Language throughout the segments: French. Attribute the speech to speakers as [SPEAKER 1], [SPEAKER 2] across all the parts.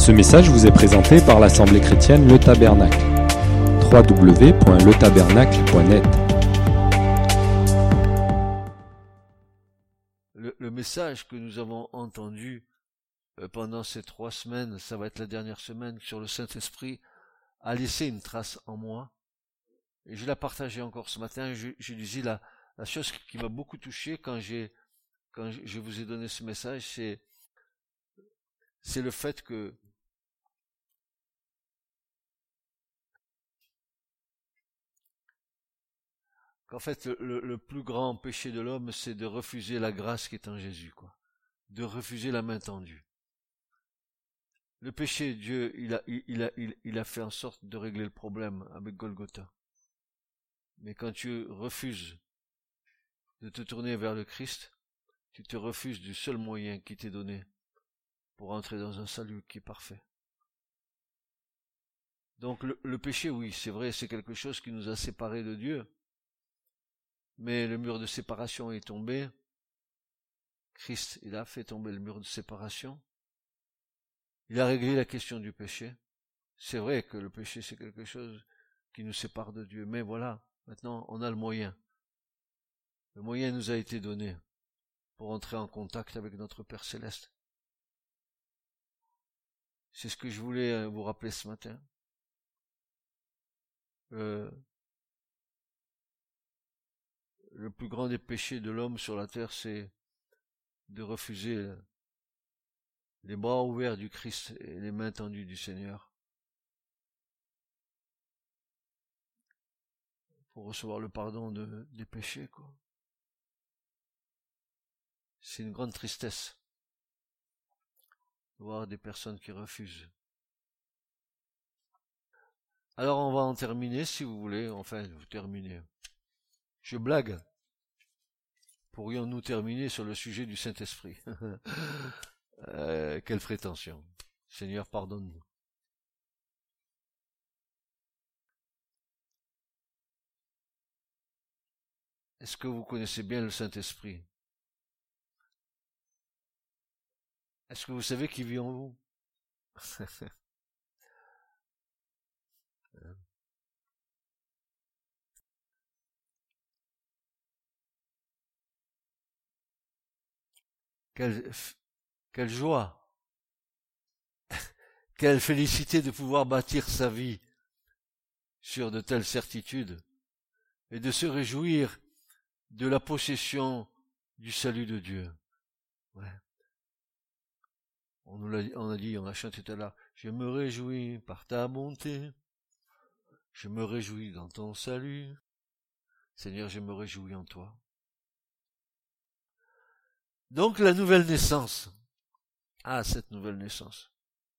[SPEAKER 1] Ce message vous est présenté par l'Assemblée chrétienne Le Tabernacle. www.letabernacle.net.
[SPEAKER 2] Le message que nous avons entendu pendant ces 3 semaines, ça va être la dernière semaine, sur le Saint-Esprit, a laissé une trace en moi. Et je l'ai partagé encore ce matin. Je disais la chose qui m'a beaucoup touché quand je vous ai donné ce message, c'est le fait qu'en fait le plus grand péché de l'homme, c'est de refuser la grâce qui est en Jésus, quoi. De refuser la main tendue. Le péché, Dieu, il a fait en sorte de régler le problème avec Golgotha. Mais quand tu refuses de te tourner vers le Christ, tu te refuses du seul moyen qui t'est donné pour entrer dans un salut qui est parfait. Donc le péché, oui, c'est vrai, c'est quelque chose qui nous a séparés de Dieu. Mais le mur de séparation est tombé. Christ, il a fait tomber le mur de séparation. Il a réglé la question du péché. C'est vrai que le péché, c'est quelque chose qui nous sépare de Dieu. Mais voilà, maintenant, on a le moyen. Le moyen nous a été donné pour entrer en contact avec notre Père Céleste. C'est ce que je voulais vous rappeler ce matin. Le plus grand des péchés de l'homme sur la terre, c'est de refuser les bras ouverts du Christ et les mains tendues du Seigneur pour recevoir le pardon des péchés, quoi. C'est une grande tristesse de voir des personnes qui refusent. Alors on va en terminer, si vous voulez. Enfin, vous terminez. Je blague. Pourrions-nous terminer sur le sujet du Saint-Esprit? Quelle prétention. Seigneur, pardonne-nous. Est-ce que vous connaissez bien le Saint-Esprit? Est-ce que vous savez qui vit en vous? Quelle joie, quelle félicité de pouvoir bâtir sa vie sur de telles certitudes et de se réjouir de la possession du salut de Dieu. Ouais. On a chanté tout à l'heure, je me réjouis par ta bonté, je me réjouis dans ton salut. Seigneur, je me réjouis en toi. Donc la nouvelle naissance. Ah, cette nouvelle naissance.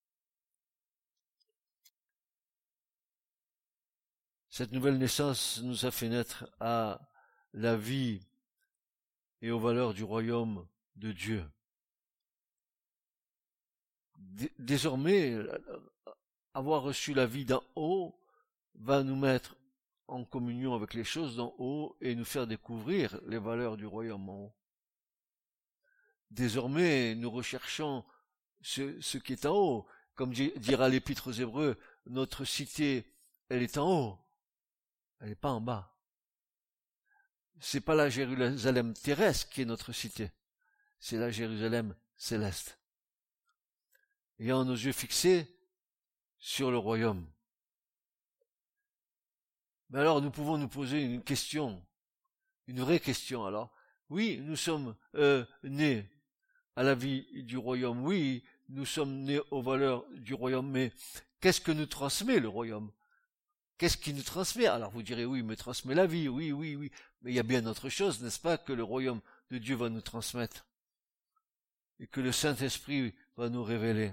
[SPEAKER 2] Cette nouvelle naissance nous a fait naître à la vie et aux valeurs du royaume de Dieu. Désormais, avoir reçu la vie d'en haut va nous mettre en communion avec les choses d'en haut et nous faire découvrir les valeurs du royaume en haut. Désormais, nous recherchons ce qui est en haut. Comme dira l'Épître aux Hébreux, notre cité, elle est en haut. Elle n'est pas en bas. C'est pas la Jérusalem terrestre qui est notre cité. C'est la Jérusalem céleste. Ayant nos yeux fixés sur le royaume. Mais alors, nous pouvons nous poser une question. Une vraie question, alors. Oui, nous sommes nés à la vie du royaume. Oui, nous sommes nés aux valeurs du royaume. Mais qu'est-ce que nous transmet le royaume? Qu'est-ce qui nous transmet? Alors vous direz, oui, il me transmet la vie, oui. Mais il y a bien autre chose, n'est-ce pas, que le royaume de Dieu va nous transmettre. Et que le Saint-Esprit va nous révéler.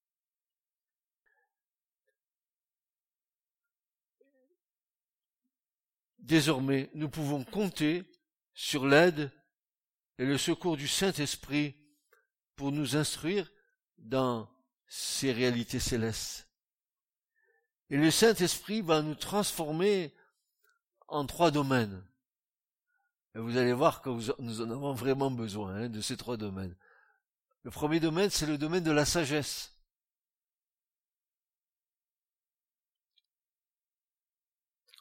[SPEAKER 2] Désormais, nous pouvons compter sur l'aide et le secours du Saint-Esprit pour nous instruire dans ces réalités célestes. Et le Saint-Esprit va nous transformer en 3 domaines. Et vous allez voir que nous en avons vraiment besoin de ces 3 domaines. Le premier domaine, c'est le domaine de la sagesse.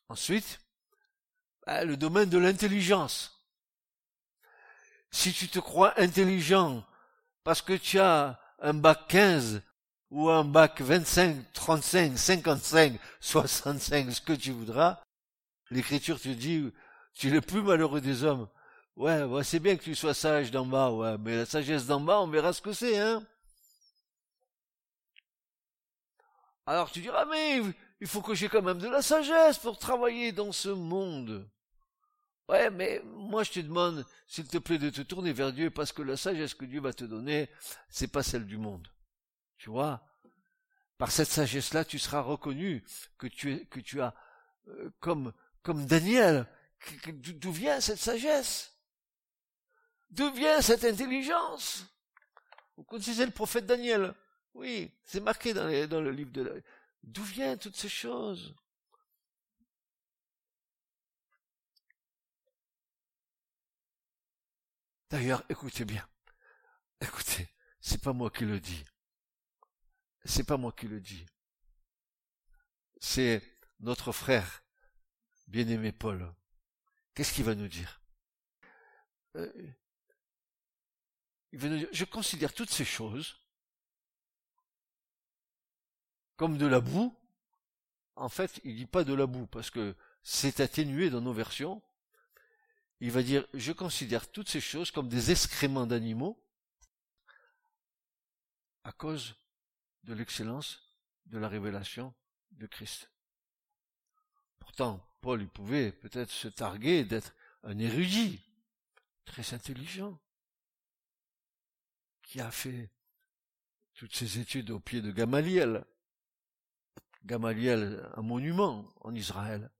[SPEAKER 2] Ensuite, le domaine de l'intelligence. Si tu te crois intelligent parce que tu as un bac 15 ou un bac 25, 35, 55, 65, ce que tu voudras, l'Écriture te dit, tu es le plus malheureux des hommes. Ouais, c'est bien que tu sois sage d'en bas, ouais, mais la sagesse d'en bas, on verra ce que c'est, hein. Alors tu diras, mais il faut que j'ai quand même de la sagesse pour travailler dans ce monde. Ouais, mais moi je te demande, s'il te plaît, de te tourner vers Dieu, parce que la sagesse que Dieu va te donner, c'est pas celle du monde. Tu vois? Par cette sagesse-là, tu seras reconnu que tu as, comme Daniel, d'où vient cette sagesse? D'où vient cette intelligence? Vous connaissez le prophète Daniel? Oui, c'est marqué dans le livre de la... D'où viennent toutes ces choses? D'ailleurs, écoutez bien. Écoutez, c'est pas moi qui le dis. C'est pas moi qui le dis. C'est notre frère, bien-aimé Paul. Qu'est-ce qu'il va nous dire? Il va nous dire, je considère toutes ces choses comme de la boue. En fait, il dit pas de la boue, parce que c'est atténué dans nos versions. Il va dire, je considère toutes ces choses comme des excréments d'animaux à cause de l'excellence de la révélation de Christ. Pourtant, Paul, il pouvait peut-être se targuer d'être un érudit, très intelligent, qui a fait toutes ses études au pied de Gamaliel. Gamaliel, un monument en Israël.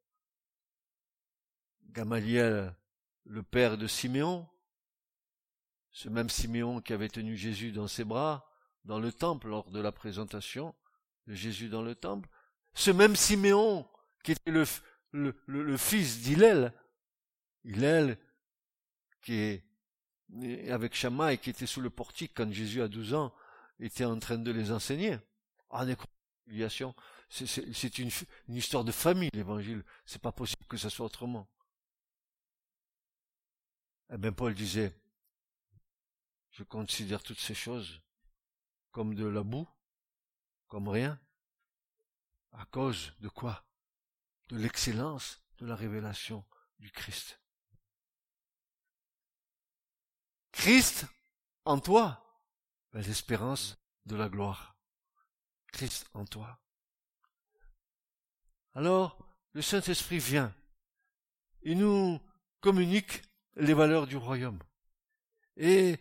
[SPEAKER 2] Gamaliel, le père de Siméon, ce même Siméon qui avait tenu Jésus dans ses bras, dans le temple, lors de la présentation de Jésus dans le temple. Ce même Siméon qui était le fils d'Hillel, Hillel qui est avec Shammai, qui était sous le portique quand Jésus a 12 ans, était en train de les enseigner. En réconciliation, c'est une histoire de famille, l'évangile. C'est pas possible que ça soit autrement. Eh bien, Paul disait, je considère toutes ces choses comme de la boue, comme rien, à cause de quoi? De l'excellence de la révélation du Christ. Christ en toi, l'espérance de la gloire. Christ en toi. Alors, le Saint-Esprit vient. Il nous communique les valeurs du royaume. Et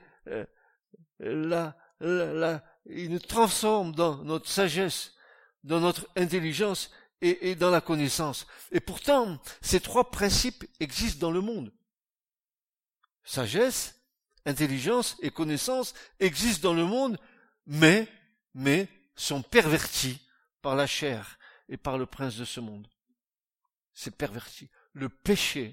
[SPEAKER 2] il nous transforme dans notre sagesse, dans notre intelligence et dans la connaissance. Et pourtant, ces trois principes existent dans le monde. Sagesse, intelligence et connaissance existent dans le monde, mais sont pervertis par la chair et par le prince de ce monde. C'est perverti. Le péché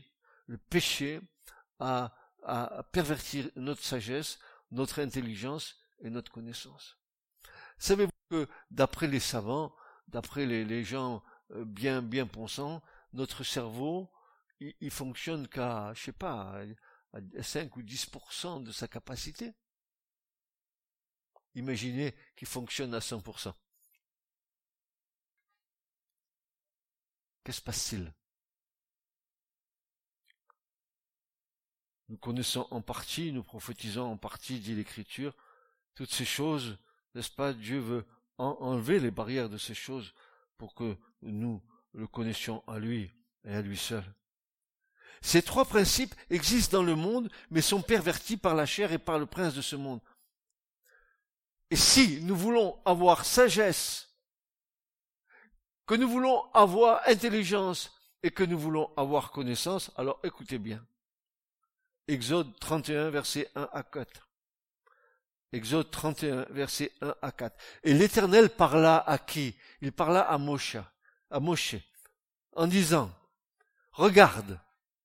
[SPEAKER 2] a perverti notre sagesse, notre intelligence et notre connaissance. Savez-vous que d'après les savants, d'après les gens bien pensants, notre cerveau, il fonctionne qu'à, je sais pas, à 5 ou 10% de sa capacité. Imaginez qu'il fonctionne à 100%. Qu'est-ce qui se passe-t-il? Nous connaissons en partie, nous prophétisons en partie, dit l'Écriture, toutes ces choses, n'est-ce pas? Dieu veut enlever les barrières de ces choses pour que nous le connaissions à lui et à lui seul. Ces trois principes existent dans le monde, mais sont pervertis par la chair et par le prince de ce monde. Et si nous voulons avoir sagesse, que nous voulons avoir intelligence et que nous voulons avoir connaissance, alors écoutez bien. Exode 31, versets 1 à 4. Exode 31, versets 1 à 4. Et l'Éternel parla à qui? Il parla à Moshe, en disant, regarde,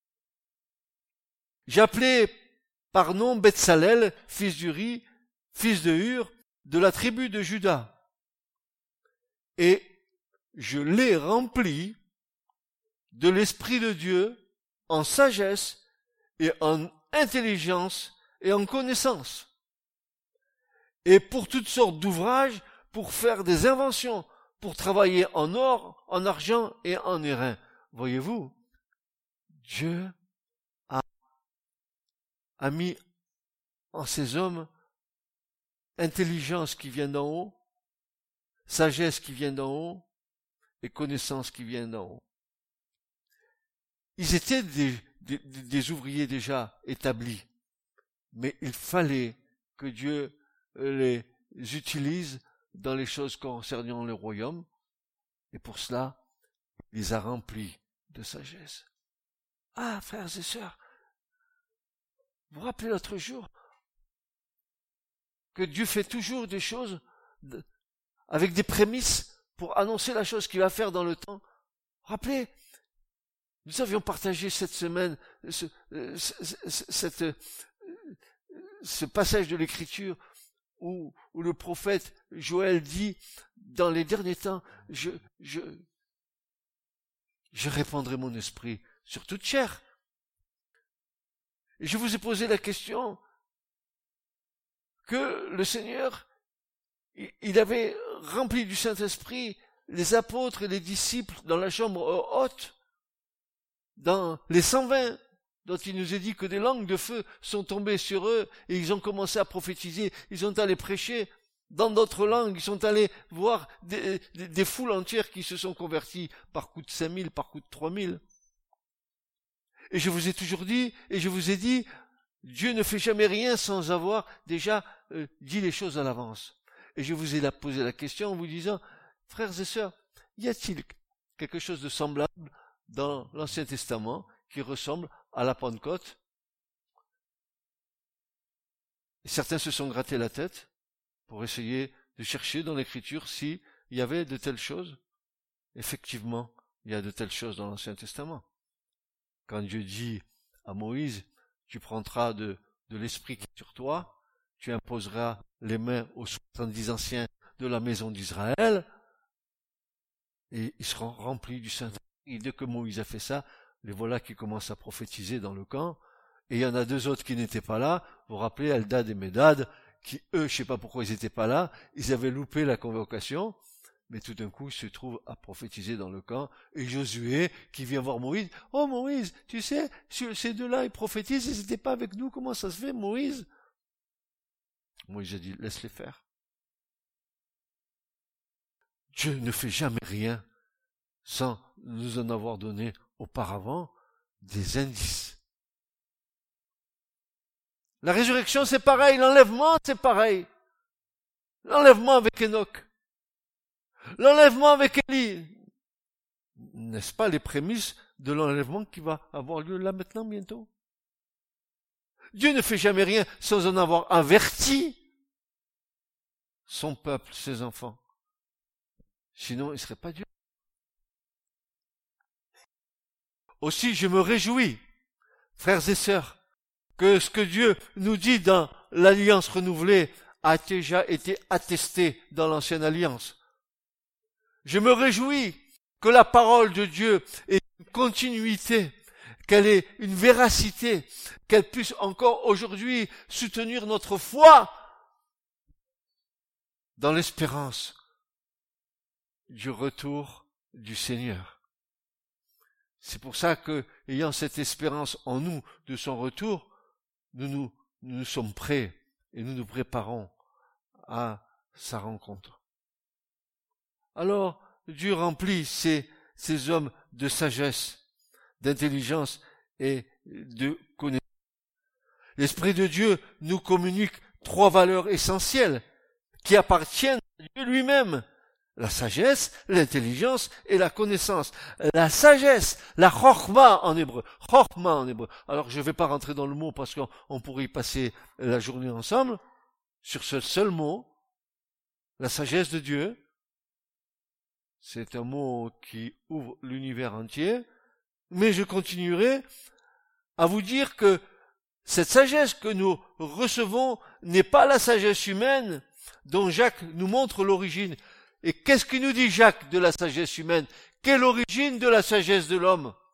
[SPEAKER 2] j'ai appelé par nom Betsalel, fils d'Uri, fils de Hur, de la tribu de Juda. Et je l'ai rempli de l'Esprit de Dieu en sagesse et en intelligence et en connaissance. Et pour toutes sortes d'ouvrages, pour faire des inventions, pour travailler en or, en argent et en airain. Voyez-vous, Dieu a mis en ces hommes intelligence qui vient d'en haut, sagesse qui vient d'en haut et connaissance qui vient d'en haut. Ils étaient des ouvriers déjà établis, mais il fallait que Dieu les utilise dans les choses concernant le royaume, et pour cela, il les a remplis de sagesse. Ah, frères et sœurs, vous vous rappelez l'autre jour que Dieu fait toujours des choses avec des prémices pour annoncer la chose qu'il va faire dans le temps. Vous vous rappelez, nous avions partagé cette semaine ce passage de l'Écriture où le prophète Joël dit, dans les derniers temps, je répandrai mon esprit sur toute chair. Et je vous ai posé la question que le Seigneur, il avait rempli du Saint-Esprit les apôtres et les disciples dans la chambre haute, dans les 120, dont il nous est dit que des langues de feu sont tombées sur eux, et ils ont commencé à prophétiser, ils sont allés prêcher dans d'autres langues, ils sont allés voir des foules entières qui se sont converties par coup de 5000, par coup de 3000. Et je vous ai toujours dit, et je vous ai dit, Dieu ne fait jamais rien sans avoir déjà dit les choses à l'avance. Et je vous ai posé la question en vous disant, frères et sœurs, y a-t-il quelque chose de semblable dans l'Ancien Testament qui ressemble à la Pentecôte? Et certains se sont grattés la tête pour essayer de chercher dans l'Écriture s'il y avait de telles choses. Effectivement, il y a de telles choses dans l'Ancien Testament. Quand Dieu dit à Moïse, tu prendras de l'Esprit qui est sur toi, tu imposeras les mains aux 70 anciens de la maison d'Israël, et ils seront remplis du Saint-Esprit. Et dès que Moïse a fait ça, les voilà qui commencent à prophétiser dans le camp, et il y en a deux autres qui n'étaient pas là, vous vous rappelez, Eldad et Médad, qui eux, je sais pas pourquoi ils étaient pas là, ils avaient loupé la convocation, mais tout d'un coup, ils se trouvent à prophétiser dans le camp, et Josué, qui vient voir Moïse, « Oh Moïse, tu sais, ces deux-là, ils prophétisent, ils n'étaient pas avec nous, comment ça se fait, Moïse ?» Moïse a dit, « Laisse-les faire. » Dieu ne fait jamais rien sans nous en avoir donné auparavant des indices. La résurrection, c'est pareil, l'enlèvement, c'est pareil. L'enlèvement avec Enoch. L'enlèvement avec Élie. N'est-ce pas les prémices de l'enlèvement qui va avoir lieu là maintenant, bientôt? Dieu ne fait jamais rien sans en avoir averti son peuple, ses enfants. Sinon, il ne serait pas Dieu. Aussi, je me réjouis, frères et sœurs, que ce que Dieu nous dit dans l'Alliance renouvelée a déjà été attesté dans l'Ancienne Alliance. Je me réjouis que la parole de Dieu ait une continuité, qu'elle ait une véracité, qu'elle puisse encore aujourd'hui soutenir notre foi dans l'espérance du retour du Seigneur. C'est pour ça que, ayant cette espérance en nous de son retour, nous sommes prêts et nous nous préparons à sa rencontre. Alors, Dieu remplit ces hommes de sagesse, d'intelligence et de connaissance. L'Esprit de Dieu nous communique 3 valeurs essentielles qui appartiennent à Dieu lui-même. La sagesse, l'intelligence et la connaissance. La sagesse, la chorma en hébreu. Chorma en hébreu. Alors je ne vais pas rentrer dans le mot parce qu'on pourrait y passer la journée ensemble. Sur ce seul mot, la sagesse de Dieu, c'est un mot qui ouvre l'univers entier. Mais je continuerai à vous dire que cette sagesse que nous recevons n'est pas la sagesse humaine dont Jacques nous montre l'origine. Et qu'est-ce qu'il nous dit Jacques de la sagesse humaine? Quelle origine de la sagesse de l'homme?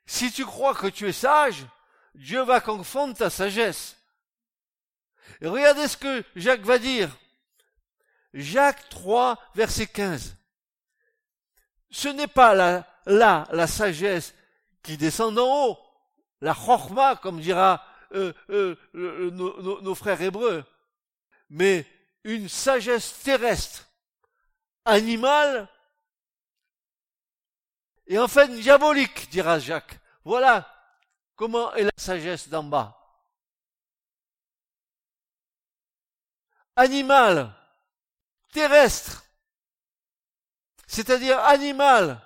[SPEAKER 2] si tu crois que tu es sage, Dieu va confondre ta sagesse. Et regardez ce que Jacques va dire. Jacques 3, verset 15. Ce n'est pas la sagesse qui descend d'en haut, la chorma, comme dira nos frères hébreux, mais une sagesse terrestre, animale, et enfin diabolique, dira Jacques. Voilà comment est la sagesse d'en bas. Animale, terrestre, c'est-à-dire animal.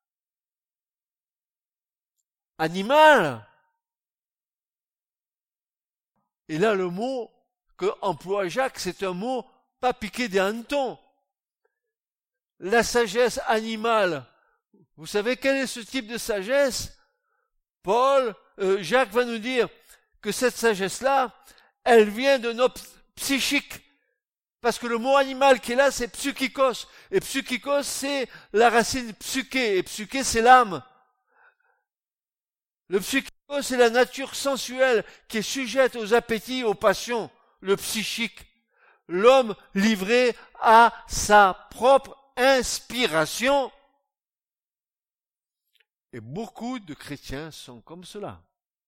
[SPEAKER 2] Animal. Et là, le mot que emploie Jacques, c'est un mot pas piqué des hannetons. La sagesse animale. Vous savez quel est ce type de sagesse? Jacques va nous dire que cette sagesse-là, elle vient de notre psychique. Parce que le mot animal qui est là, c'est psychikos. Et psychikos, c'est la racine psyché. Et psyché, c'est l'âme. Le psychikos, c'est la nature sensuelle qui est sujette aux appétits, aux passions. Le psychique. L'homme livré à sa propre inspiration. Et beaucoup de chrétiens sont comme cela.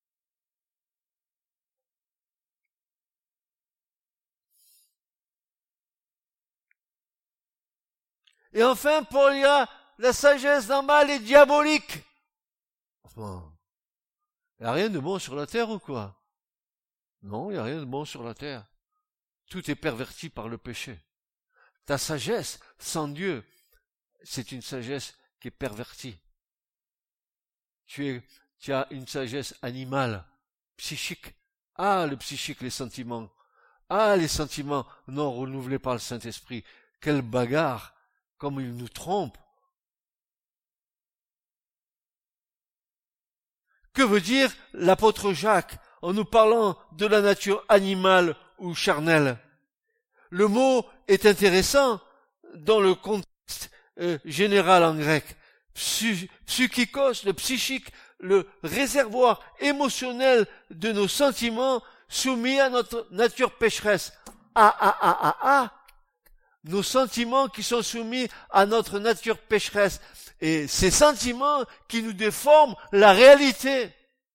[SPEAKER 2] Et enfin, Paul dira, la sagesse d'en bas, elle est diabolique. Enfin, il n'y a rien de bon sur la terre ou quoi? Non, il n'y a rien de bon sur la terre. Tout est perverti par le péché. Ta sagesse, sans Dieu, c'est une sagesse qui est pervertie. Tu as une sagesse animale, psychique. Ah, le psychique, les sentiments. Ah, les sentiments non renouvelés par le Saint-Esprit. Quelle bagarre! Comme il nous trompe. Que veut dire l'apôtre Jacques en nous parlant de la nature animale ou charnelle? Le mot est intéressant dans le contexte général en grec. Psychikos, le psychique, le réservoir émotionnel de nos sentiments soumis à notre nature pécheresse. Nos sentiments qui sont soumis à notre nature pécheresse. Et ces sentiments qui nous déforment la réalité.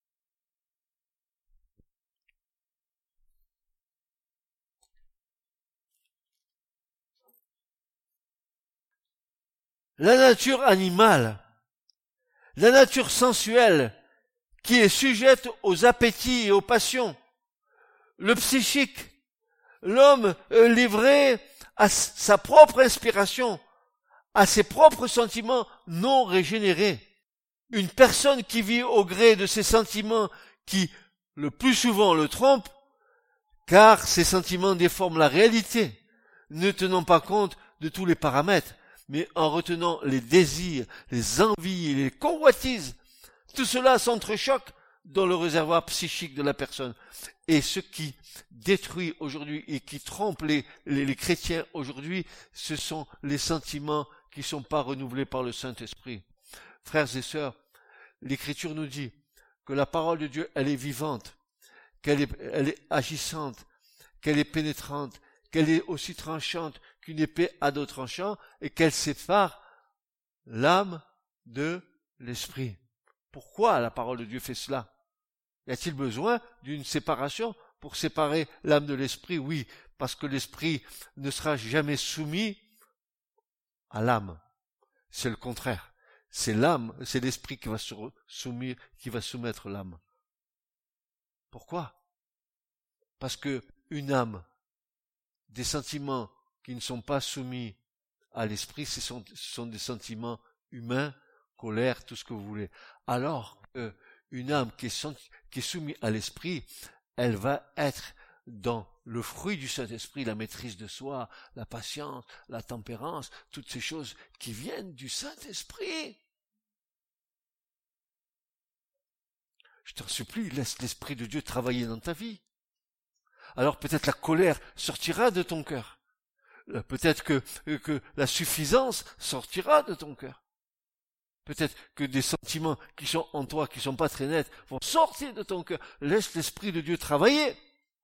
[SPEAKER 2] La nature animale, la nature sensuelle, qui est sujette aux appétits et aux passions. Le psychique, l'homme livré à sa propre inspiration, à ses propres sentiments non régénérés. Une personne qui vit au gré de ses sentiments qui, le plus souvent, le trompent, car ces sentiments déforment la réalité, ne tenant pas compte de tous les paramètres, mais en retenant les désirs, les envies et les convoitises. Tout cela s'entrechoque dans le réservoir psychique de la personne. Et ce qui détruit aujourd'hui et qui trompe les chrétiens aujourd'hui, ce sont les sentiments qui ne sont pas renouvelés par le Saint-Esprit. Frères et sœurs, l'Écriture nous dit que la parole de Dieu, elle est vivante, elle est agissante, qu'elle est pénétrante, qu'elle est aussi tranchante qu'une épée à deux tranchants et qu'elle sépare l'âme de l'esprit. Pourquoi la parole de Dieu fait cela? Y a-t-il besoin d'une séparation pour séparer l'âme de l'esprit? Oui, parce que l'esprit ne sera jamais soumis à l'âme. C'est le contraire. C'est l'âme, c'est l'esprit qui va soumettre l'âme. Pourquoi? Parce que une âme, des sentiments qui ne sont pas soumis à l'esprit, ce sont des sentiments humains, colère, tout ce que vous voulez. Alors qu'une âme qui est soumise à l'esprit, elle va être dans le fruit du Saint-Esprit, la maîtrise de soi, la patience, la tempérance, toutes ces choses qui viennent du Saint-Esprit. Je t'en supplie, laisse l'Esprit de Dieu travailler dans ta vie. Alors peut-être la colère sortira de ton cœur. Peut-être que la suffisance sortira de ton cœur. Peut-être que des sentiments qui sont en toi, qui sont pas très nets, vont sortir de ton cœur. Laisse l'Esprit de Dieu travailler.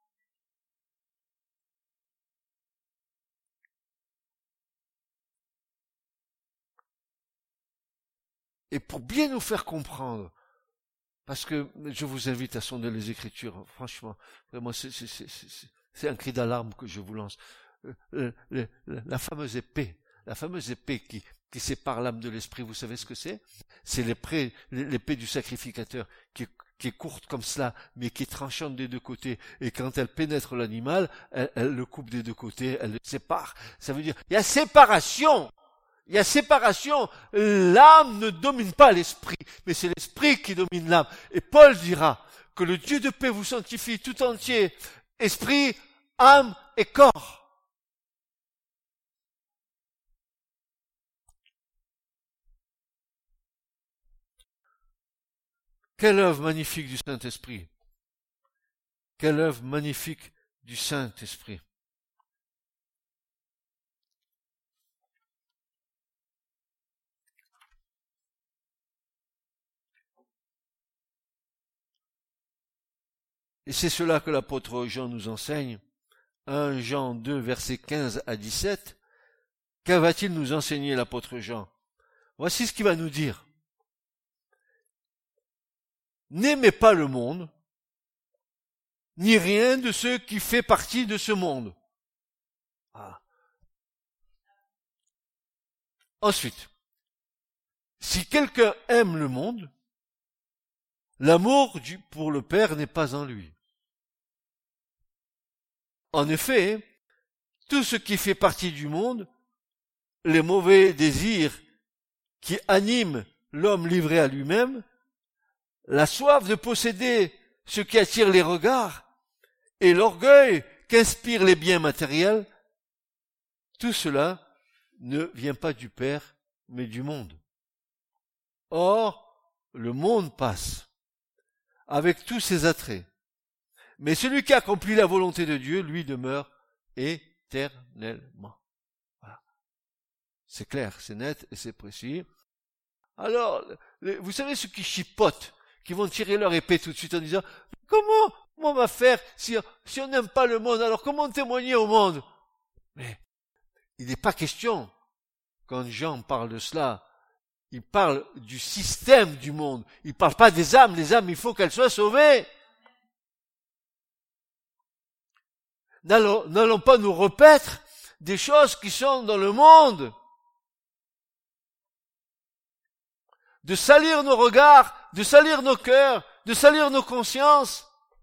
[SPEAKER 2] Et pour bien nous faire comprendre, parce que je vous invite à sonder les Écritures, franchement, vraiment, c'est un cri d'alarme que je vous lance. La fameuse épée qui sépare l'âme de l'esprit, vous savez ce que c'est? C'est l'épée du sacrificateur qui est courte comme cela, mais qui est tranchante des deux côtés. Et quand elle pénètre l'animal, elle le coupe des deux côtés, elle le sépare. Ça veut dire, il y a séparation. Il y a séparation. L'âme ne domine pas l'esprit, mais c'est l'esprit qui domine l'âme. Et Paul dira que le Dieu de paix vous sanctifie tout entier, esprit, âme et corps. Quelle œuvre magnifique du Saint-Esprit. Quelle œuvre magnifique du Saint-Esprit. Et c'est cela que l'apôtre Jean nous enseigne. 1 Jean 2, versets 15 à 17. Que va-t-il nous enseigner l'apôtre Jean? Voici ce qu'il va nous dire. N'aimez pas le monde, ni rien de ce qui fait partie de ce monde. Ah. Ensuite, si quelqu'un aime le monde, l'amour pour le Père n'est pas en lui. En effet, tout ce qui fait partie du monde, les mauvais désirs qui animent l'homme livré à lui-même, la soif de posséder ce qui attire les regards, et l'orgueil qu'inspirent les biens matériels, tout cela ne vient pas du Père, mais du monde. Or, le monde passe, avec tous ses attraits. Mais celui qui accomplit la volonté de Dieu, lui demeure éternellement. Voilà. C'est clair, c'est net et c'est précis. Alors, vous savez ceux qui chipotent, qui vont tirer leur épée tout de suite en disant « Comment on va faire si on n'aime pas le monde, alors comment témoigner au monde ?» Mais il n'est pas question, quand Jean parle de cela, il parle du système du monde. Il ne parle pas des âmes. Les âmes, il faut qu'elles soient sauvées. N'allons pas nous repaître des choses qui sont dans le monde. De salir nos regards, de salir nos cœurs, de salir nos consciences.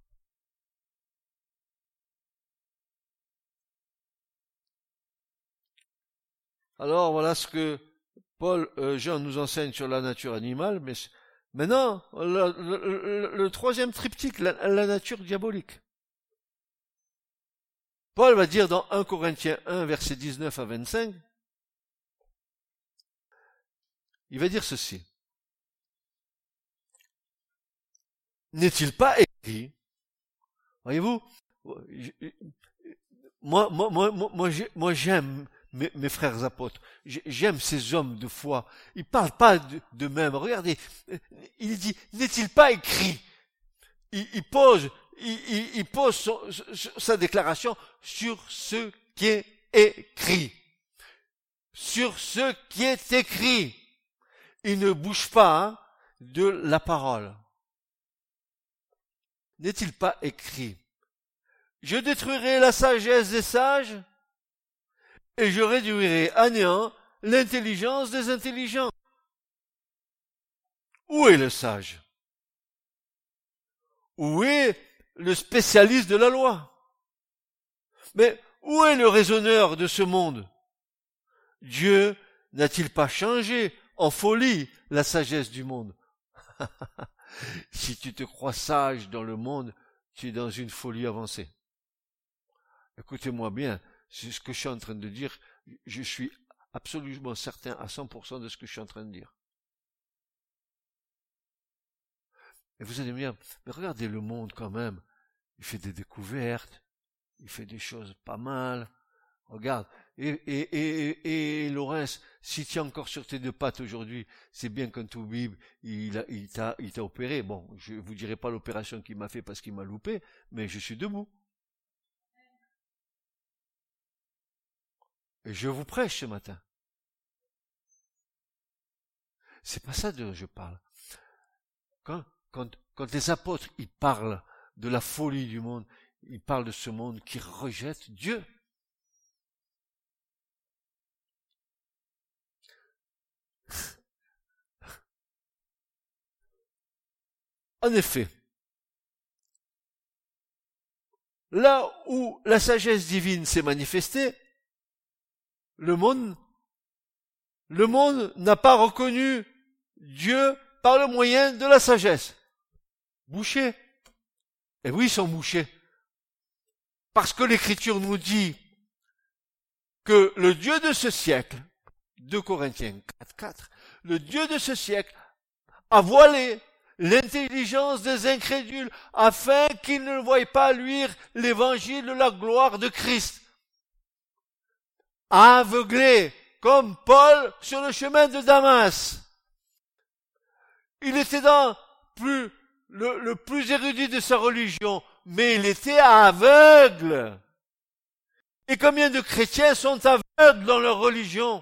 [SPEAKER 2] Alors voilà ce que Jean nous enseigne sur la nature animale, mais maintenant, le troisième triptyque, la nature diabolique. Paul va dire dans 1 Corinthiens 1, versets 19 à 25, il va dire ceci. N'est-il pas écrit, voyez-vous, moi j'aime mes frères apôtres, j'aime ces hommes de foi, ils parlent pas d'eux-mêmes, regardez, il dit, n'est-il pas écrit, il pose sa déclaration sur ce qui est écrit. Sur ce qui est écrit. Il ne bouge pas de la parole. N'est-il pas écrit? Je détruirai la sagesse des sages et je réduirai à néant l'intelligence des intelligents. Où est le sage? Où est le spécialiste de la loi? Mais où est le raisonneur de ce monde? Dieu n'a-t-il pas changé en folie la sagesse du monde? Si tu te crois sage dans le monde, tu es dans une folie avancée. Écoutez-moi bien, c'est ce que je suis en train de dire, je suis absolument certain à 100% de ce que je suis en train de dire. Et vous allez me dire, mais regardez le monde quand même, il fait des découvertes, il fait des choses pas mal. Regarde, Et Laurence, si tu es encore sur tes deux pattes aujourd'hui, c'est bien qu'un toubib, il t'a opéré. Bon, je vous dirai pas l'opération qu'il m'a fait parce qu'il m'a loupé, mais je suis debout. Et je vous prêche ce matin. C'est pas ça dont je parle. Quand les apôtres, ils parlent de la folie du monde, ils parlent de ce monde qui rejette Dieu. En effet, là où la sagesse divine s'est manifestée, le monde n'a pas reconnu Dieu par le moyen de la sagesse. Bouchés. Et oui, ils sont bouchés. Parce que l'Écriture nous dit que le Dieu de ce siècle, 2 Corinthiens 4, le Dieu de ce siècle a voilé l'intelligence des incrédules afin qu'ils ne voient pas luire l'évangile de la gloire de Christ. Aveuglé comme Paul sur le chemin de Damas. Il était le plus érudit de sa religion, mais il était aveugle. Et combien de chrétiens sont aveugles dans leur religion?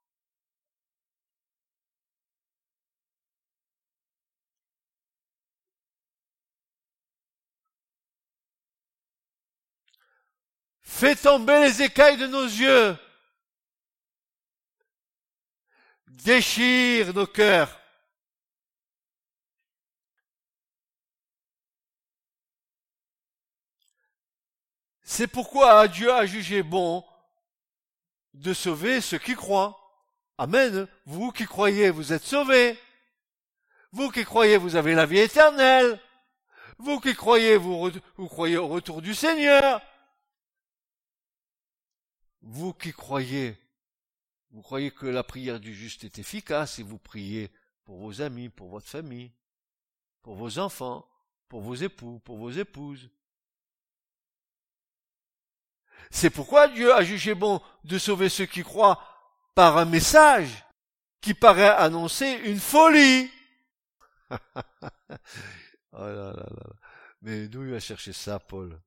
[SPEAKER 2] Fais tomber les écailles de nos yeux. Déchire nos cœurs. C'est pourquoi Dieu a jugé bon de sauver ceux qui croient. Amen. Vous qui croyez, vous êtes sauvés. Vous qui croyez, vous avez la vie éternelle. Vous qui croyez, vous croyez au retour du Seigneur. Vous qui croyez, vous croyez que la prière du juste est efficace et vous priez pour vos amis, pour votre famille, pour vos enfants, pour vos époux, pour vos épouses. C'est pourquoi Dieu a jugé bon de sauver ceux qui croient par un message qui paraît annoncer une folie. Oh là là là. Mais d'où il va chercher ça, Paul?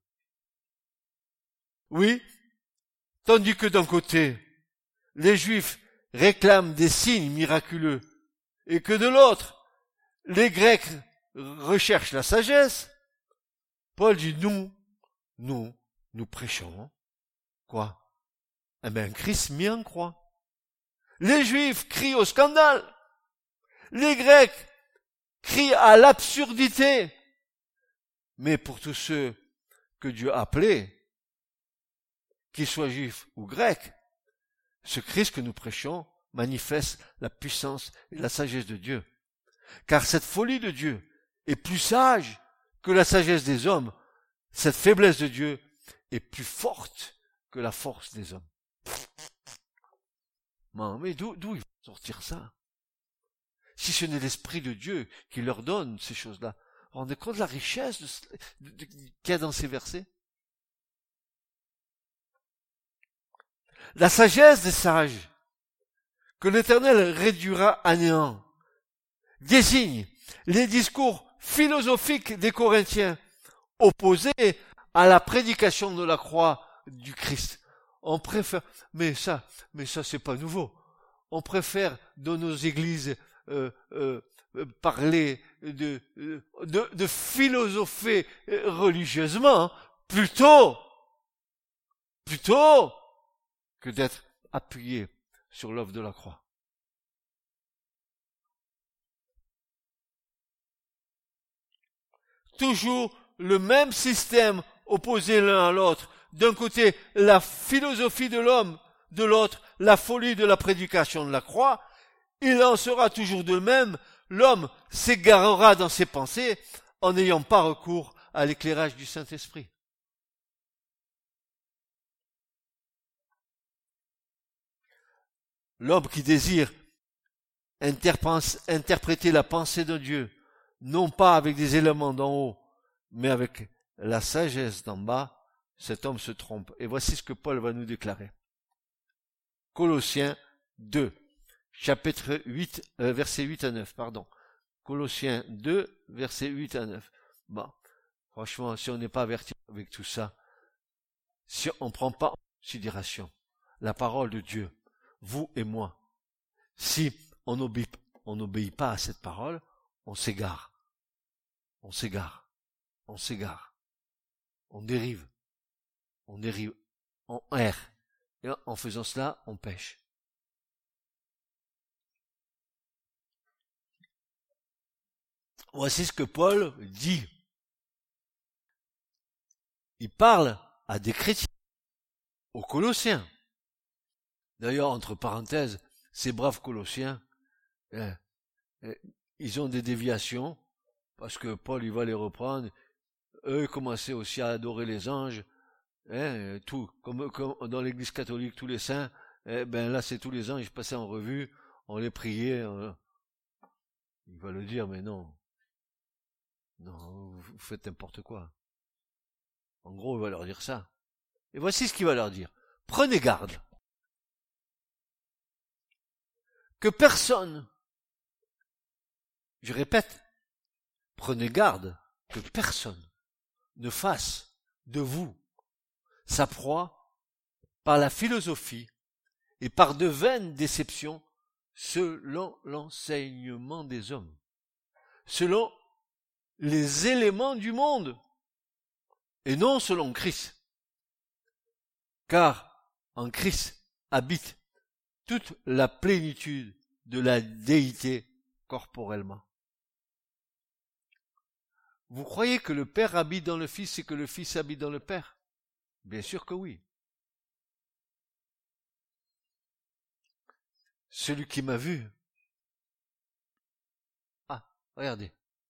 [SPEAKER 2] Oui, tandis que d'un côté, les Juifs réclament des signes miraculeux et que de l'autre, les Grecs recherchent la sagesse, Paul dit nous prêchons. Quoi? Eh bien, Christ mis en croix. Les Juifs crient au scandale. Les Grecs crient à l'absurdité. Mais pour tous ceux que Dieu a appelés, qu'ils soient juifs ou grecs, ce Christ que nous prêchons manifeste la puissance et la sagesse de Dieu. Car cette folie de Dieu est plus sage que la sagesse des hommes. Cette faiblesse de Dieu est plus forte que la force des hommes. Mais d'où ils vont sortir ça? Si ce n'est l'Esprit de Dieu qui leur donne ces choses-là. Vous vous rendez compte de la richesse qu'il y a dans ces versets? La sagesse des sages, que l'Éternel réduira à néant, désigne les discours philosophiques des Corinthiens, opposés à la prédication de la croix du Christ. On préfère, mais ça c'est pas nouveau. On préfère dans nos églises parler de philosopher religieusement plutôt que d'être appuyé sur l'œuvre de la croix. Toujours le même système opposé l'un à l'autre. D'un côté, la philosophie de l'homme, de l'autre, la folie de la prédication de la croix. Il en sera toujours de même. L'homme s'égarera dans ses pensées en n'ayant pas recours à l'éclairage du Saint-Esprit. L'homme qui désire interpréter la pensée de Dieu, non pas avec des éléments d'en haut, mais avec la sagesse d'en bas, cet homme se trompe. Et voici ce que Paul va nous déclarer. Colossiens 2, chapitre 8, verset 8 à 9, pardon. Colossiens 2, verset 8 à 9. Bon, franchement, si on n'est pas averti avec tout ça, si on ne prend pas en considération la parole de Dieu, vous et moi, si on n'obéit pas à cette parole, on s'égare, on dérive, on erre, et en faisant cela, on pêche. Voici ce que Paul dit. Il parle à des chrétiens, aux Colossiens. D'ailleurs, entre parenthèses, ces braves Colossiens, ils ont des déviations, parce que Paul, il va les reprendre. Eux commençaient aussi à adorer les anges, tout, comme dans l'église catholique, tous les saints, ben là, c'est tous les anges, ils passaient en revue, on les priait, il va le dire, mais non, vous faites n'importe quoi. En gros, il va leur dire ça. Et voici ce qu'il va leur dire. Prenez garde que personne, je répète, prenez garde que personne ne fasse de vous sa proie par la philosophie et par de vaines déceptions selon l'enseignement des hommes, selon les éléments du monde, et non selon Christ. Car en Christ habite toute la plénitude de la déité corporellement. Vous croyez que le Père habite dans le Fils et que le Fils habite dans le Père? Bien sûr que oui. Celui qui m'a vu. Ah, regardez.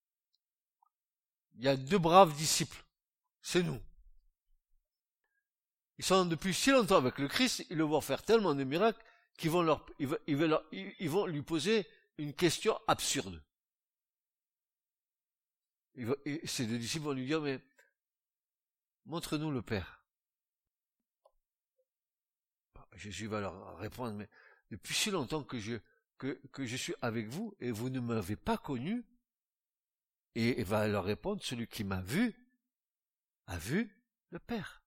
[SPEAKER 2] Il y a deux braves disciples. C'est nous. Ils sont depuis si longtemps avec le Christ, ils le voient faire tellement de miracles qu'ils vont lui poser une question absurde. Ces deux disciples vont lui dire, mais montre-nous le Père. Jésus va leur répondre, mais depuis si longtemps que je suis avec vous et vous ne m'avez pas connu. Et il va leur répondre, celui qui m'a vu a vu le Père.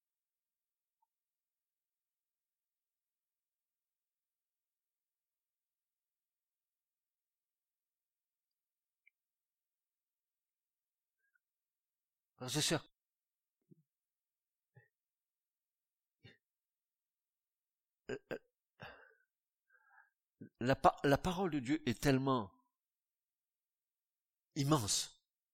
[SPEAKER 2] Frères et sœurs, la parole de Dieu est tellement immense.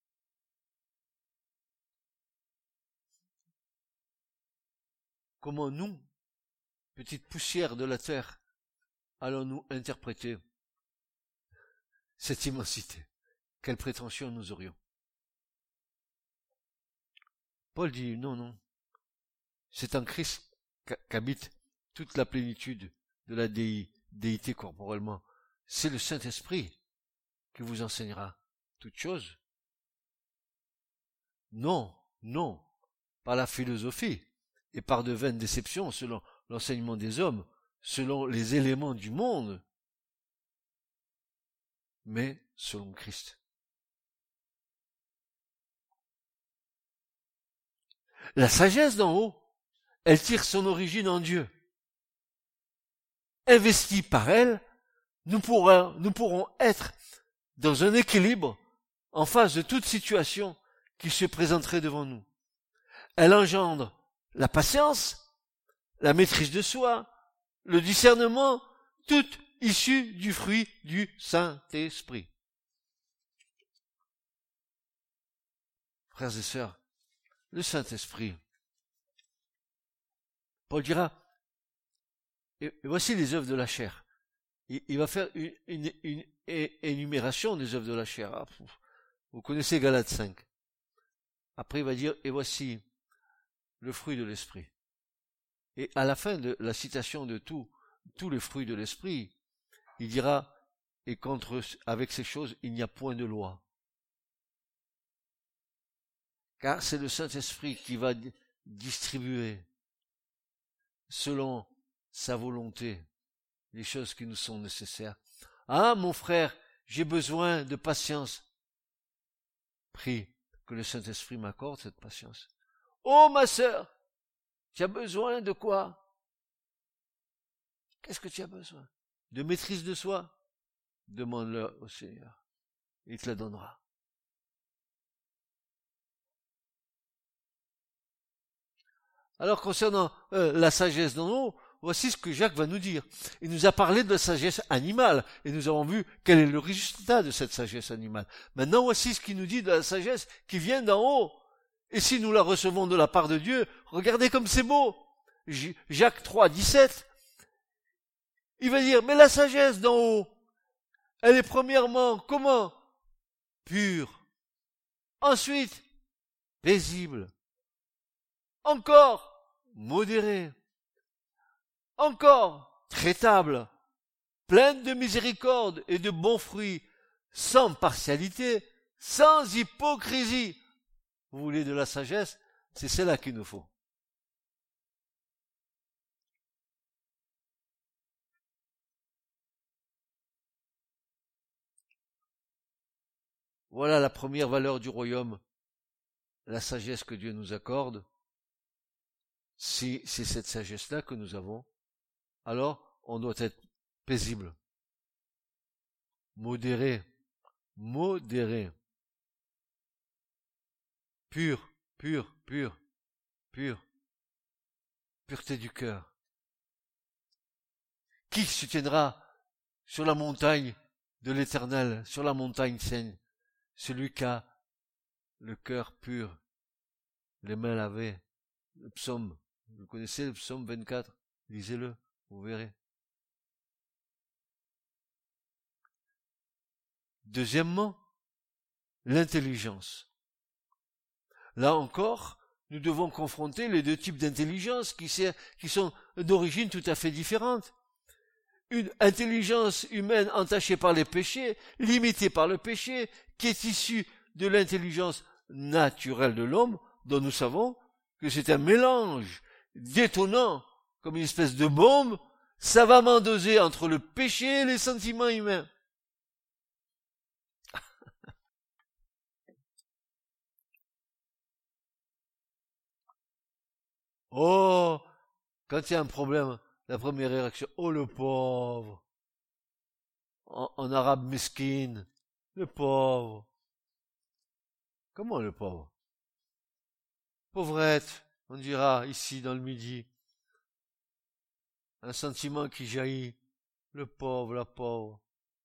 [SPEAKER 2] Comment nous, petite poussière de la terre, allons-nous interpréter cette immensité? Quelle prétention nous aurions? Paul dit non. C'est en Christ qu'habite toute la plénitude de la déité corporellement. C'est le Saint-Esprit qui vous enseignera toutes choses. Non, par la philosophie et par de vaines déceptions selon l'enseignement des hommes, selon les éléments du monde, mais selon Christ. La sagesse d'en haut, elle tire son origine en Dieu. Investis par elle, nous pourrons être dans un équilibre en face de toute situation qui se présenterait devant nous. Elle engendre la patience, la maîtrise de soi, le discernement, tout issu du fruit du Saint-Esprit. Frères et sœurs, le Saint-Esprit, Paul dira, et voici les œuvres de la chair. Il va faire une énumération des œuvres de la chair. Vous connaissez Galates 5. Après il va dire, et voici le fruit de l'esprit. Et à la fin de la citation de tous les fruits de l'esprit, il dira, et avec ces choses, il n'y a point de loi. Car c'est le Saint-Esprit qui va distribuer selon sa volonté les choses qui nous sont nécessaires. Ah, mon frère, j'ai besoin de patience. Prie que le Saint-Esprit m'accorde cette patience. Oh, ma sœur, tu as besoin de quoi? Qu'est-ce que tu as besoin? De maîtrise de soi? Demande-le au Seigneur. Il te la donnera. Alors, concernant la sagesse d'en haut, voici ce que Jacques va nous dire. Il nous a parlé de la sagesse animale, et nous avons vu quel est le résultat de cette sagesse animale. Maintenant, voici ce qu'il nous dit de la sagesse qui vient d'en haut. Et si nous la recevons de la part de Dieu, regardez comme c'est beau. Jacques 3, 17. Il va dire, mais la sagesse d'en haut, elle est premièrement, comment? Pure. Ensuite, paisible. Encore, modérée. Encore, traitable. Pleine de miséricorde et de bons fruits, sans partialité, sans hypocrisie. Vous voulez de la sagesse? C'est celle-là qu'il nous faut. Voilà la première valeur du royaume, la sagesse que Dieu nous accorde. Si c'est cette sagesse-là que nous avons, alors on doit être paisible, modéré, pur, pureté du cœur. Qui se tiendra sur la montagne de l'Éternel, sur la montagne sainte? Celui qui a le cœur pur, les mains lavées. Le psaume, vous connaissez le psaume 24? Lisez-le, vous verrez. Deuxièmement, l'intelligence. Là encore, nous devons confronter les deux types d'intelligence qui sont d'origine tout à fait différente. Une intelligence humaine entachée par les péchés, limitée par le péché, qui est issue de l'intelligence naturelle de l'homme, dont nous savons que c'est un mélange détonnant, comme une espèce de bombe, savamment dosée entre le péché et les sentiments humains. Oh, quand il y a un problème, la première réaction, oh le pauvre, en arabe mesquine, le pauvre. Comment le pauvre? Pauvrette, on dira ici dans le Midi. Un sentiment qui jaillit, le pauvre, la pauvre.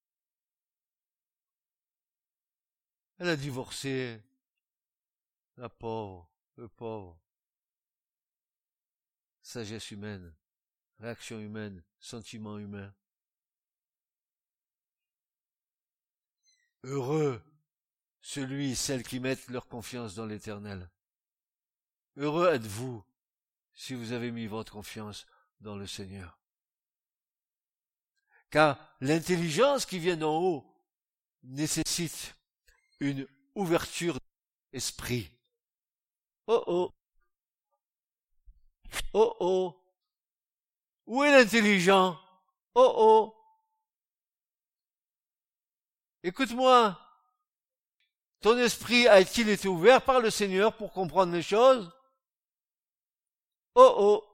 [SPEAKER 2] Elle a divorcé, la pauvre, le pauvre. Sagesse humaine, réaction humaine, sentiment humain. Heureux celui et celle qui mettent leur confiance dans l'Éternel. Heureux êtes-vous si vous avez mis votre confiance dans le Seigneur. Car l'intelligence qui vient d'en haut nécessite une ouverture d'esprit. Oh oh. Oh oh. Où est l'intelligent? Oh oh. Écoute-moi. Ton esprit a-t-il été ouvert par le Seigneur pour comprendre les choses? Oh oh.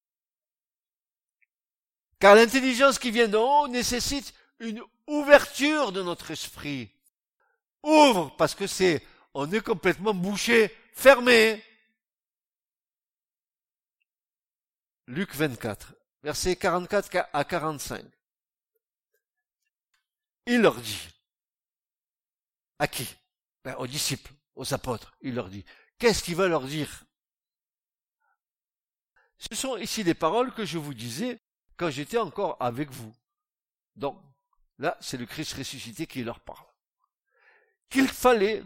[SPEAKER 2] Car l'intelligence qui vient d'en haut nécessite une ouverture de notre esprit. Ouvre, parce que on est complètement bouché, fermé. Luc 24, versets 44 à 45. Il leur dit, à qui? Aux disciples, aux apôtres, il leur dit. Qu'est-ce qu'il va leur dire? Ce sont ici les paroles que je vous disais quand j'étais encore avec vous. Donc, là, c'est le Christ ressuscité qui leur parle. Qu'il fallait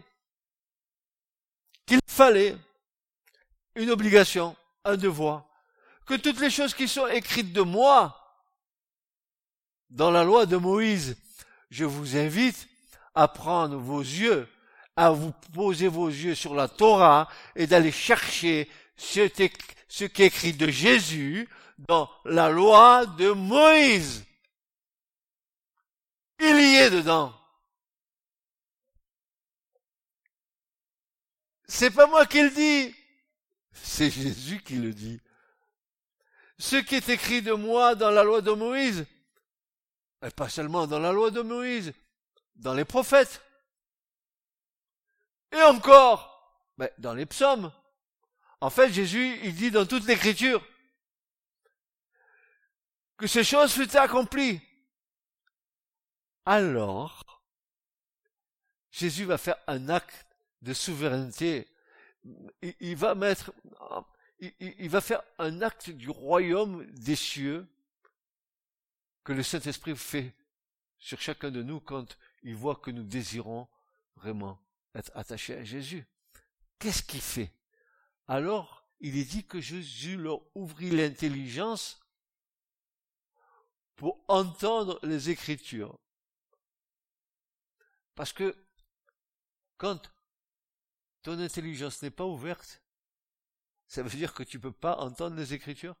[SPEAKER 2] une obligation, un devoir, que toutes les choses qui sont écrites de moi dans la loi de Moïse, je vous invite à prendre vos yeux, à vous poser vos yeux sur la Torah et d'aller chercher ce qui est écrit de Jésus dans la loi de Moïse. Il y est dedans. C'est pas moi qui le dis. C'est Jésus qui le dit. Ce qui est écrit de moi dans la loi de Moïse, et pas seulement dans la loi de Moïse, dans les prophètes, et encore, dans les psaumes. En fait, Jésus, il dit dans toute l'écriture que ces choses furent accomplies. Alors, Jésus va faire un acte de souveraineté. Il va faire un acte du royaume des cieux que le Saint-Esprit fait sur chacun de nous quand il voit que nous désirons vraiment être attachés à Jésus. Qu'est-ce qu'il fait? Alors, il est dit que Jésus leur ouvrit l'intelligence pour entendre les Écritures. Parce que quand ton intelligence n'est pas ouverte, ça veut dire que tu ne peux pas entendre les Écritures?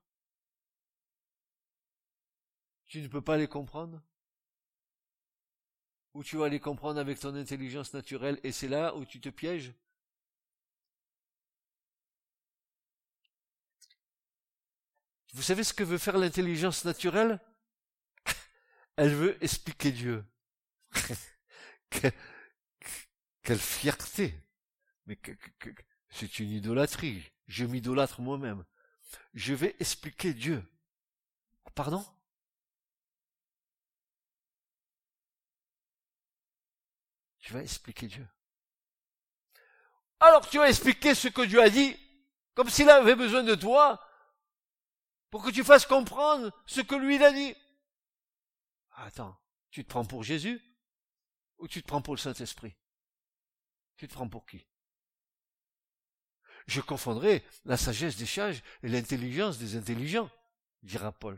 [SPEAKER 2] Tu ne peux pas les comprendre? Ou tu vas les comprendre avec ton intelligence naturelle et c'est là où tu te pièges? Vous savez ce que veut faire l'intelligence naturelle? Elle veut expliquer Dieu. Quelle fierté! Mais c'est une idolâtrie. Je m'idolâtre moi-même. Je vais expliquer Dieu. Pardon? Tu vas expliquer Dieu. Alors tu vas expliquer ce que Dieu a dit, comme s'il avait besoin de toi, pour que tu fasses comprendre ce que lui il a dit. Attends, tu te prends pour Jésus? Ou tu te prends pour le Saint-Esprit? Tu te prends pour qui? Je confondrai la sagesse des sages et l'intelligence des intelligents, dira Paul.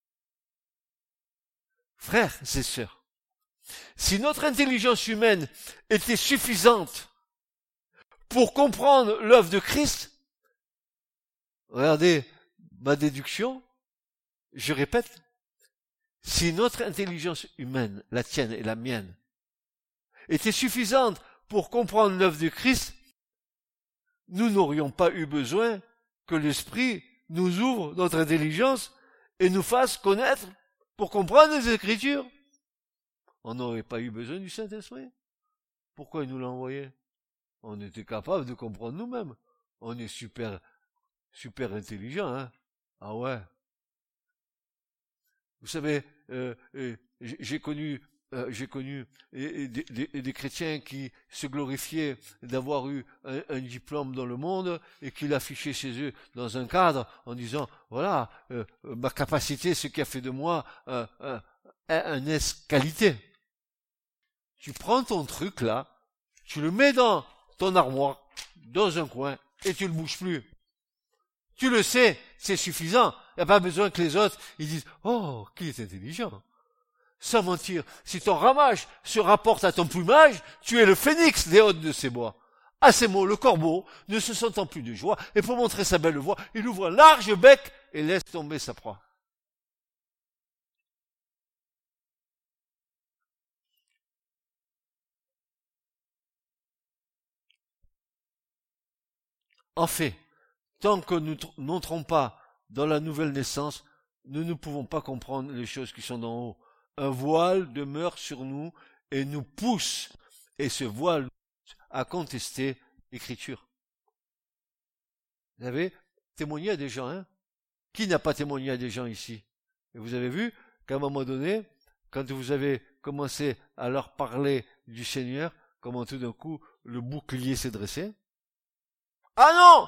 [SPEAKER 2] Frères et sœurs, si notre intelligence humaine était suffisante pour comprendre l'œuvre de Christ, regardez ma déduction, je répète, si notre intelligence humaine, la tienne et la mienne, était suffisante pour comprendre l'œuvre de Christ, nous n'aurions pas eu besoin que l'Esprit nous ouvre notre intelligence et nous fasse connaître pour comprendre les Écritures. On n'aurait pas eu besoin du Saint-Esprit. Pourquoi il nous l'a envoyé? On était capable de comprendre nous-mêmes. On est super intelligent, hein? Ah ouais. Vous savez, j'ai connu des chrétiens qui se glorifiaient d'avoir eu un diplôme dans le monde et qui l'affichaient chez eux dans un cadre en disant, voilà, ma capacité, ce qui a fait de moi un S-qualité. Tu prends ton truc là, tu le mets dans ton armoire, dans un coin, et tu le bouges plus. Tu le sais, c'est suffisant. Il n'y a pas besoin que les autres, ils disent, oh, qui est intelligent. Sans mentir, si ton ramage se rapporte à ton plumage, tu es le phénix des hôtes de ces bois. À ces mots, le corbeau, ne se sentant plus de joie, et pour montrer sa belle voix, il ouvre un large bec et laisse tomber sa proie. En fait, tant que nous n'entrons pas dans la nouvelle naissance, nous ne pouvons pas comprendre les choses qui sont d'en haut. Un voile demeure sur nous et nous pousse, et ce voile à contester l'Écriture. Vous avez témoigné à des gens, hein? Qui n'a pas témoigné à des gens ici? Et vous avez vu qu'à un moment donné, quand vous avez commencé à leur parler du Seigneur, comment tout d'un coup le bouclier s'est dressé? Ah non!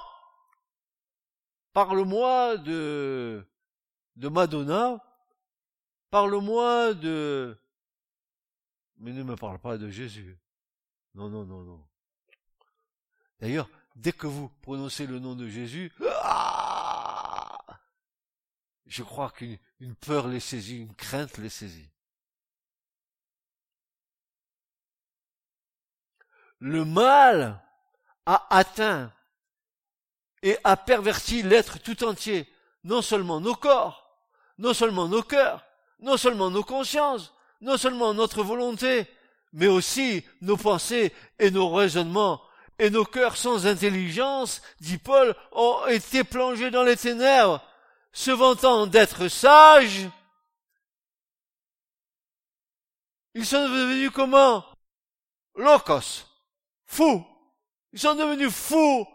[SPEAKER 2] Parle-moi de Madonna, parle-moi de... Mais ne me parle pas de Jésus. Non, non, non, non. D'ailleurs, dès que vous prononcez le nom de Jésus, je crois qu'une peur les saisit, une crainte les saisit. Le mal a atteint et a perverti l'être tout entier, non seulement nos corps, non seulement nos cœurs, non seulement nos consciences, non seulement notre volonté, mais aussi nos pensées et nos raisonnements. Et nos cœurs sans intelligence, dit Paul, ont été plongés dans les ténèbres, se vantant d'être sages. Ils sont devenus comment? Locos, fous. Ils sont devenus fous.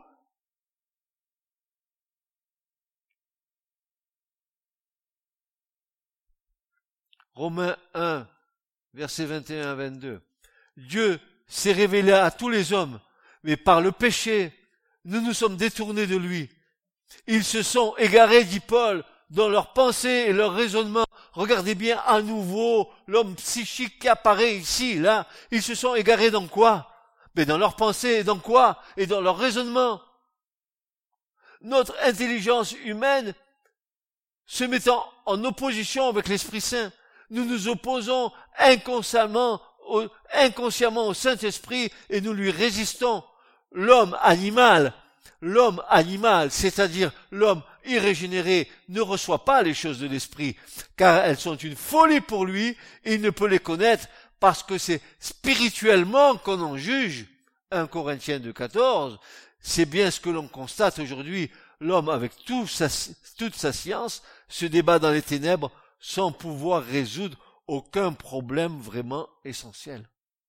[SPEAKER 2] Romains 1, versets 21 à 22. Dieu s'est révélé à tous les hommes, mais par le péché, nous nous sommes détournés de lui. Ils se sont égarés, dit Paul, dans leurs pensées et leurs raisonnements. Regardez bien à nouveau l'homme psychique qui apparaît ici, là. Ils se sont égarés dans quoi? Mais dans leurs pensées, et dans quoi? Et dans leurs raisonnements. Notre intelligence humaine se mettant en opposition avec l'Esprit Saint, nous nous opposons inconsciemment au Saint-Esprit et nous lui résistons. L'homme animal, c'est-à-dire l'homme irrégénéré, ne reçoit pas les choses de l'esprit, car elles sont une folie pour lui, et il ne peut les connaître parce que c'est spirituellement qu'on en juge. 1 Corinthiens 2,14, c'est bien ce que l'on constate aujourd'hui. L'homme, avec toute sa science, se débat dans les ténèbres sans pouvoir résoudre aucun problème vraiment essentiel.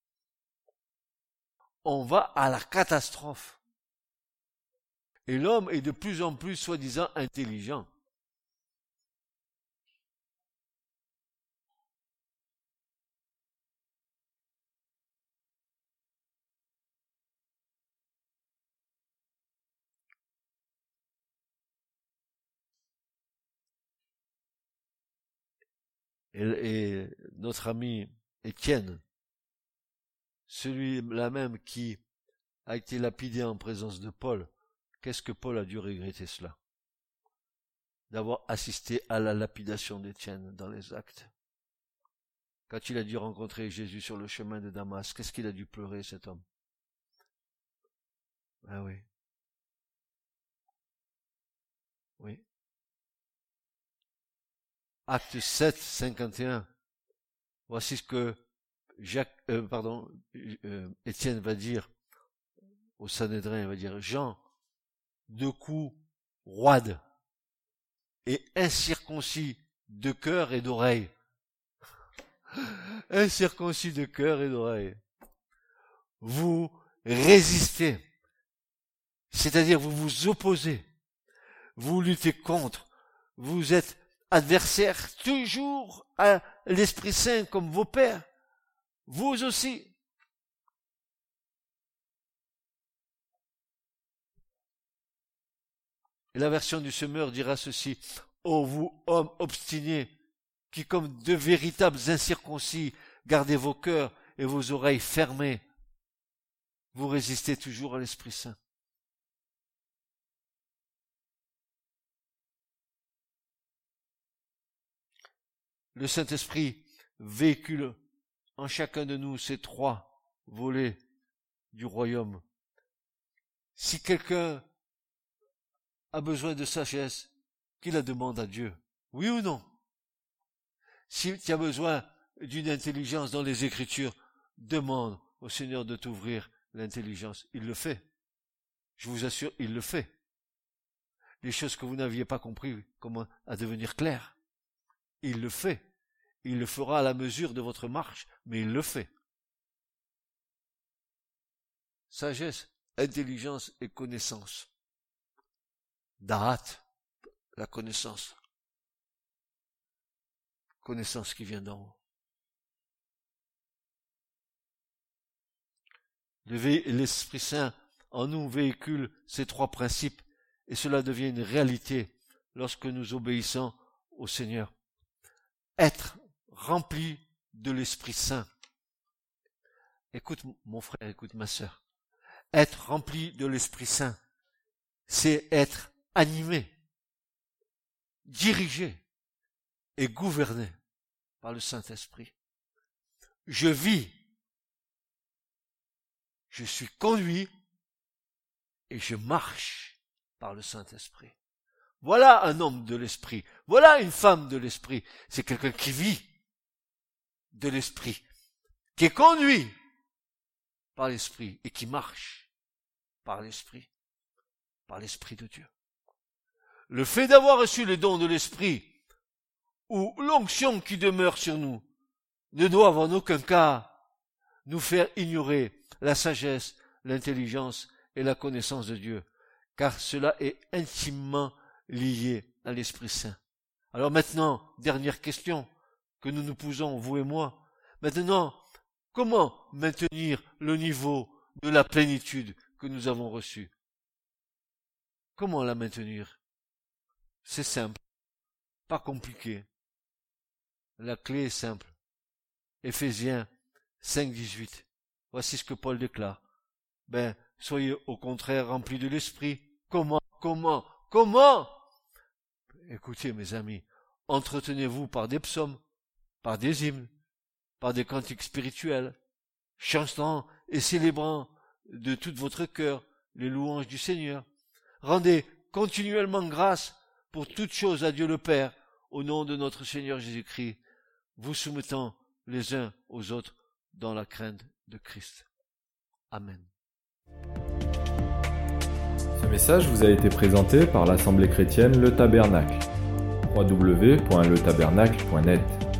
[SPEAKER 2] On va à la catastrophe. Et l'homme est de plus en plus soi-disant intelligent. Et notre ami Étienne, celui-là même qui a été lapidé en présence de Paul, qu'est-ce que Paul a dû regretter cela? D'avoir assisté à la lapidation d'Étienne dans les Actes. Quand il a dû rencontrer Jésus sur le chemin de Damas, qu'est-ce qu'il a dû pleurer, cet homme? Ah oui. Oui. Acte 7, 51. Voici ce que Étienne va dire au Sanhédrin, il va dire, Jean, de coups roide et incirconcis de cœur et d'oreille. Incirconcis de cœur et d'oreille. Vous résistez, c'est-à-dire vous vous opposez, vous luttez contre, vous êtes adversaire toujours à l'Esprit Saint comme vos pères, vous aussi. Et la version du semeur dira ceci, ô vous, hommes obstinés, qui comme de véritables incirconcis, gardez vos cœurs et vos oreilles fermées, vous résistez toujours à l'Esprit Saint. Le Saint-Esprit véhicule en chacun de nous ces trois volets du royaume. Si quelqu'un a besoin de sagesse, qu'il la demande à Dieu. Oui ou non? Si tu as besoin d'une intelligence dans les Écritures, demande au Seigneur de t'ouvrir l'intelligence. Il le fait. Je vous assure, il le fait. Les choses que vous n'aviez pas compris, comment à devenir claires. Il le fait. Il le fera à la mesure de votre marche, mais il le fait. Sagesse, intelligence et connaissance. Da'at, la connaissance. Connaissance qui vient d'en haut. L'Esprit Saint en nous véhicule ces trois principes et cela devient une réalité lorsque nous obéissons au Seigneur. Être rempli de l'Esprit Saint. Écoute mon frère, écoute ma sœur. Être rempli de l'Esprit Saint, c'est être animé, dirigé et gouverné par le Saint-Esprit. Je vis, je suis conduit et je marche par le Saint-Esprit. Voilà un homme de l'Esprit, voilà une femme de l'Esprit, c'est quelqu'un qui vit. de l'Esprit, qui est conduit par l'Esprit et qui marche par l'Esprit de Dieu. Le fait d'avoir reçu les dons de l'Esprit ou l'onction qui demeure sur nous ne doivent en aucun cas nous faire ignorer la sagesse, l'intelligence et la connaissance de Dieu, car cela est intimement lié à l'Esprit Saint. Alors maintenant, dernière question que nous nous posons, vous et moi. Maintenant, comment maintenir le niveau de la plénitude que nous avons reçue? Comment la maintenir? C'est simple, pas compliqué. La clé est simple. Éphésiens 5:18. Voici ce que Paul déclare. Soyez au contraire remplis de l'Esprit. Comment? Écoutez, mes amis, entretenez-vous par des psaumes, par des hymnes, par des cantiques spirituels, chantant et célébrant de tout votre cœur les louanges du Seigneur. Rendez continuellement grâce pour toutes choses à Dieu le Père, au nom de notre Seigneur Jésus-Christ, vous soumettant les uns aux autres dans la crainte de Christ. Amen.
[SPEAKER 1] Ce message vous a été présenté par l'Assemblée chrétienne Le Tabernacle. www.letabernacle.net